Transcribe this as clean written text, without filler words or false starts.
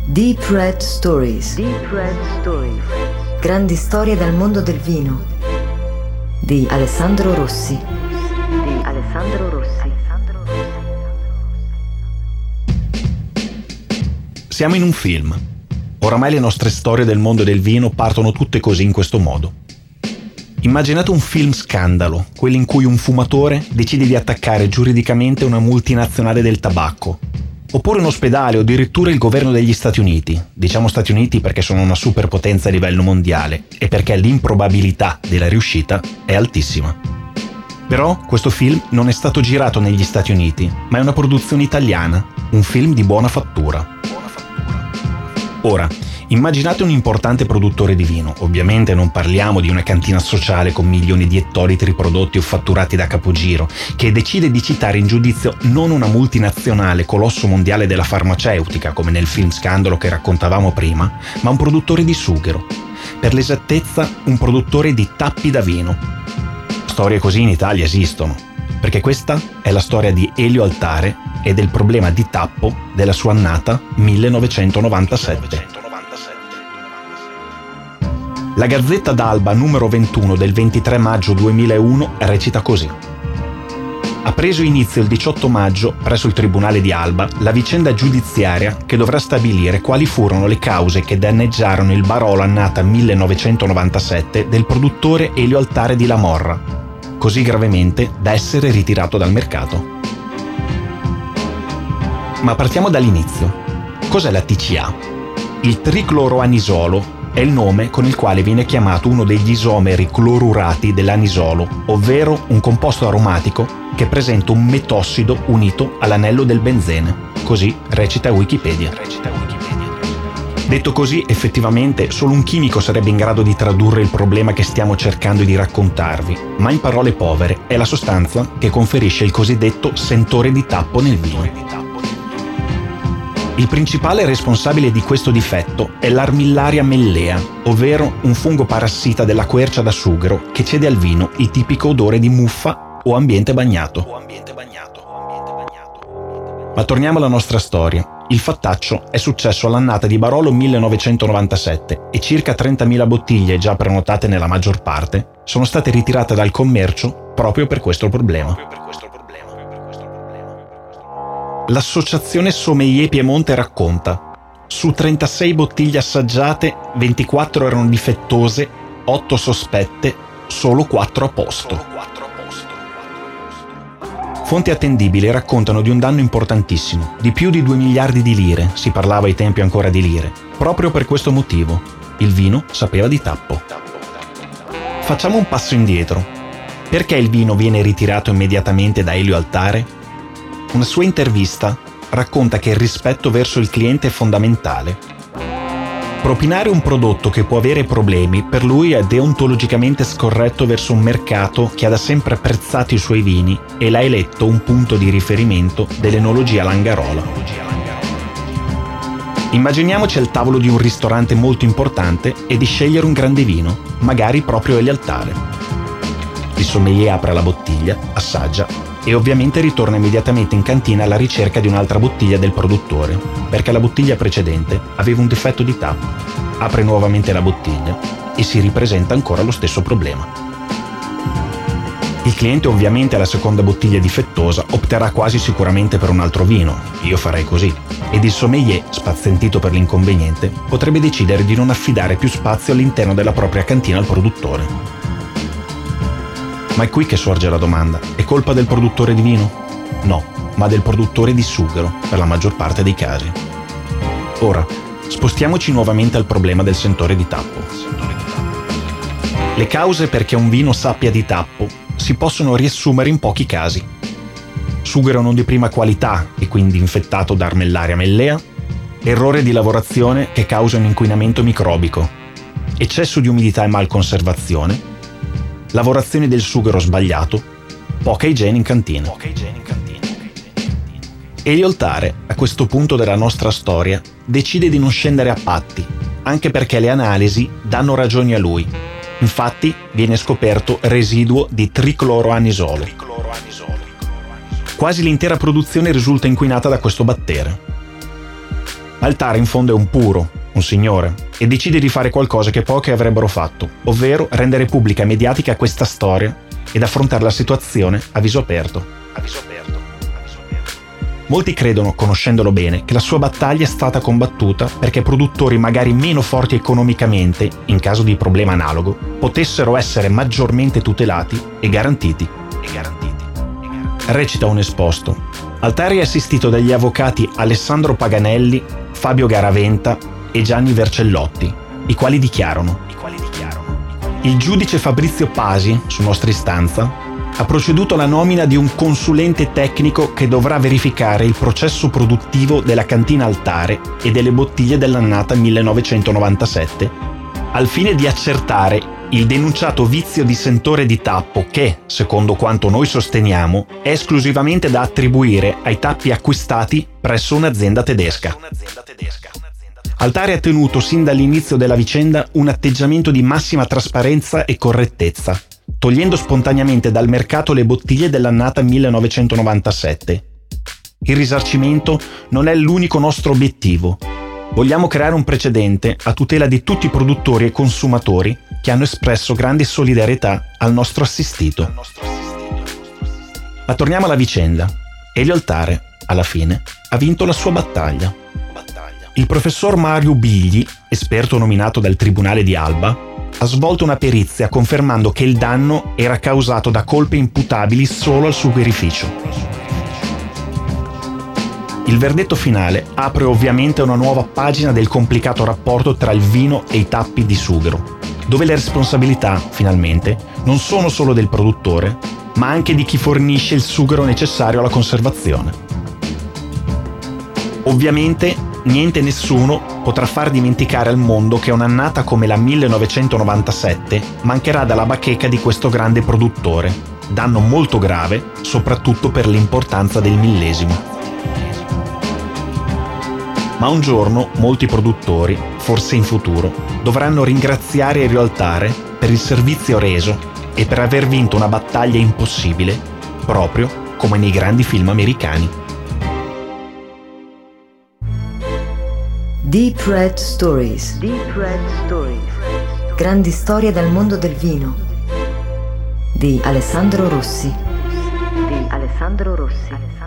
Deep Red Stories. Grandi storie dal mondo del vino di Alessandro Rossi. Siamo in un film. Oramai le nostre storie del mondo del vino partono tutte così, in questo modo. Immaginate un film scandalo, quello in cui un fumatore decide di attaccare giuridicamente una multinazionale del tabacco, oppure un ospedale o addirittura il governo degli Stati Uniti. Diciamo Stati Uniti perché sono una superpotenza a livello mondiale e perché l'improbabilità della riuscita è altissima. Però questo film non è stato girato negli Stati Uniti, ma è una produzione italiana, un film di buona fattura. Ora, immaginate un importante produttore di vino, ovviamente non parliamo di una cantina sociale con milioni di ettolitri prodotti o fatturati da capogiro, che decide di citare in giudizio non una multinazionale colosso mondiale della farmaceutica, come nel film scandalo che raccontavamo prima, ma un produttore di sughero. Per l'esattezza, un produttore di tappi da vino. Storie così in Italia esistono, perché questa è la storia di Elio Altare e del problema di tappo della sua annata 1997. La Gazzetta d'Alba numero 21 del 23 maggio 2001 recita così: ha preso inizio il 18 maggio presso il Tribunale di Alba la vicenda giudiziaria che dovrà stabilire quali furono le cause che danneggiarono il Barolo annata 1997 del produttore Elio Altare di La Morra, così gravemente da essere ritirato dal mercato. Ma partiamo dall'inizio. Cos'è la TCA? Il tricloroanisolo è il nome con il quale viene chiamato uno degli isomeri clorurati dell'anisolo, ovvero un composto aromatico che presenta un metossido unito all'anello del benzene. Così recita Wikipedia. Detto così, effettivamente solo un chimico sarebbe in grado di tradurre il problema che stiamo cercando di raccontarvi, ma in parole povere è la sostanza che conferisce il cosiddetto sentore di tappo nel vino. Il principale responsabile di questo difetto è l'Armillaria mellea, ovvero un fungo parassita della quercia da sughero che cede al vino il tipico odore di muffa o ambiente bagnato. Ma torniamo alla nostra storia. Il fattaccio è successo all'annata di Barolo 1997 e circa 30.000 bottiglie, già prenotate nella maggior parte, sono state ritirate dal commercio proprio per questo problema. L'associazione Sommelier Piemonte racconta: su 36 bottiglie assaggiate, 24 erano difettose, 8 sospette, solo 4 a posto. Fonti attendibili raccontano di un danno importantissimo, di più di 2 miliardi di lire, si parlava ai tempi ancora di lire, proprio per questo motivo. Il vino sapeva di tappo. Facciamo un passo indietro. Perché il vino viene ritirato immediatamente da Elio Altare? Una sua intervista racconta che il rispetto verso il cliente è fondamentale. Propinare un prodotto che può avere problemi per lui è deontologicamente scorretto verso un mercato che ha da sempre apprezzato i suoi vini e l'ha eletto un punto di riferimento dell'enologia Langarola. Immaginiamoci al tavolo di un ristorante molto importante e di scegliere un grande vino, magari proprio Elio Altare. Il sommelier apre la bottiglia, assaggia e ovviamente ritorna immediatamente in cantina alla ricerca di un'altra bottiglia del produttore, perché la bottiglia precedente aveva un difetto di tappo. Apre nuovamente la bottiglia e si ripresenta ancora lo stesso problema. Il cliente ovviamente alla seconda bottiglia difettosa opterà quasi sicuramente per un altro vino, io farei così, ed il sommelier, spazientito per l'inconveniente, potrebbe decidere di non affidare più spazio all'interno della propria cantina al produttore. Ma è qui che sorge la domanda: è colpa del produttore di vino? No, ma del produttore di sughero, per la maggior parte dei casi. Ora, spostiamoci nuovamente al problema del sentore di tappo. Le cause perché un vino sappia di tappo si possono riassumere in pochi casi. Sughero non di prima qualità e quindi infettato da Armillaria mellea, errore di lavorazione che causa un inquinamento microbico, eccesso di umidità e malconservazione, lavorazione del sughero sbagliato, poca igiene in cantina. Elio Altare, a questo punto della nostra storia, decide di non scendere a patti, anche perché le analisi danno ragioni a lui. Infatti viene scoperto residuo di tricloroanisolo. Quasi l'intera produzione risulta inquinata da questo batterio. Altare in fondo è un puro, un signore, e decide di fare qualcosa che pochi avrebbero fatto, ovvero rendere pubblica e mediatica questa storia ed affrontare la situazione a viso aperto. Molti credono, conoscendolo bene, che la sua battaglia è stata combattuta perché produttori magari meno forti economicamente, in caso di problema analogo, potessero essere maggiormente tutelati e garantiti. Recita un esposto. Altare è assistito dagli avvocati Alessandro Paganelli, Fabio Garaventa e Gianni Vercellotti, i quali dichiarano: il giudice Fabrizio Pasi, su nostra istanza, ha proceduto alla nomina di un consulente tecnico che dovrà verificare il processo produttivo della cantina Altare e delle bottiglie dell'annata 1997, al fine di accertare il denunciato vizio di sentore di tappo che, secondo quanto noi sosteniamo, è esclusivamente da attribuire ai tappi acquistati presso un'azienda tedesca. Altare ha tenuto sin dall'inizio della vicenda un atteggiamento di massima trasparenza e correttezza, togliendo spontaneamente dal mercato le bottiglie dell'annata 1997. Il risarcimento non è l'unico nostro obiettivo. Vogliamo creare un precedente a tutela di tutti i produttori e consumatori che hanno espresso grande solidarietà al nostro assistito. Ma torniamo alla vicenda. Elio Altare, alla fine, ha vinto la sua battaglia. Il professor Mario Bigli, esperto nominato dal Tribunale di Alba, ha svolto una perizia confermando che il danno era causato da colpe imputabili solo al sugherificio. Il verdetto finale apre ovviamente una nuova pagina del complicato rapporto tra il vino e i tappi di sughero, dove le responsabilità, finalmente, non sono solo del produttore, ma anche di chi fornisce il sughero necessario alla conservazione. Ovviamente, niente e nessuno potrà far dimenticare al mondo che un'annata come la 1997 mancherà dalla bacheca di questo grande produttore, danno molto grave, soprattutto per l'importanza del millesimo. Ma un giorno molti produttori, forse in futuro, dovranno ringraziare Elio Altare per il servizio reso e per aver vinto una battaglia impossibile, proprio come nei grandi film americani. Deep Red Stories. Grandi storie dal mondo del vino di Alessandro Rossi.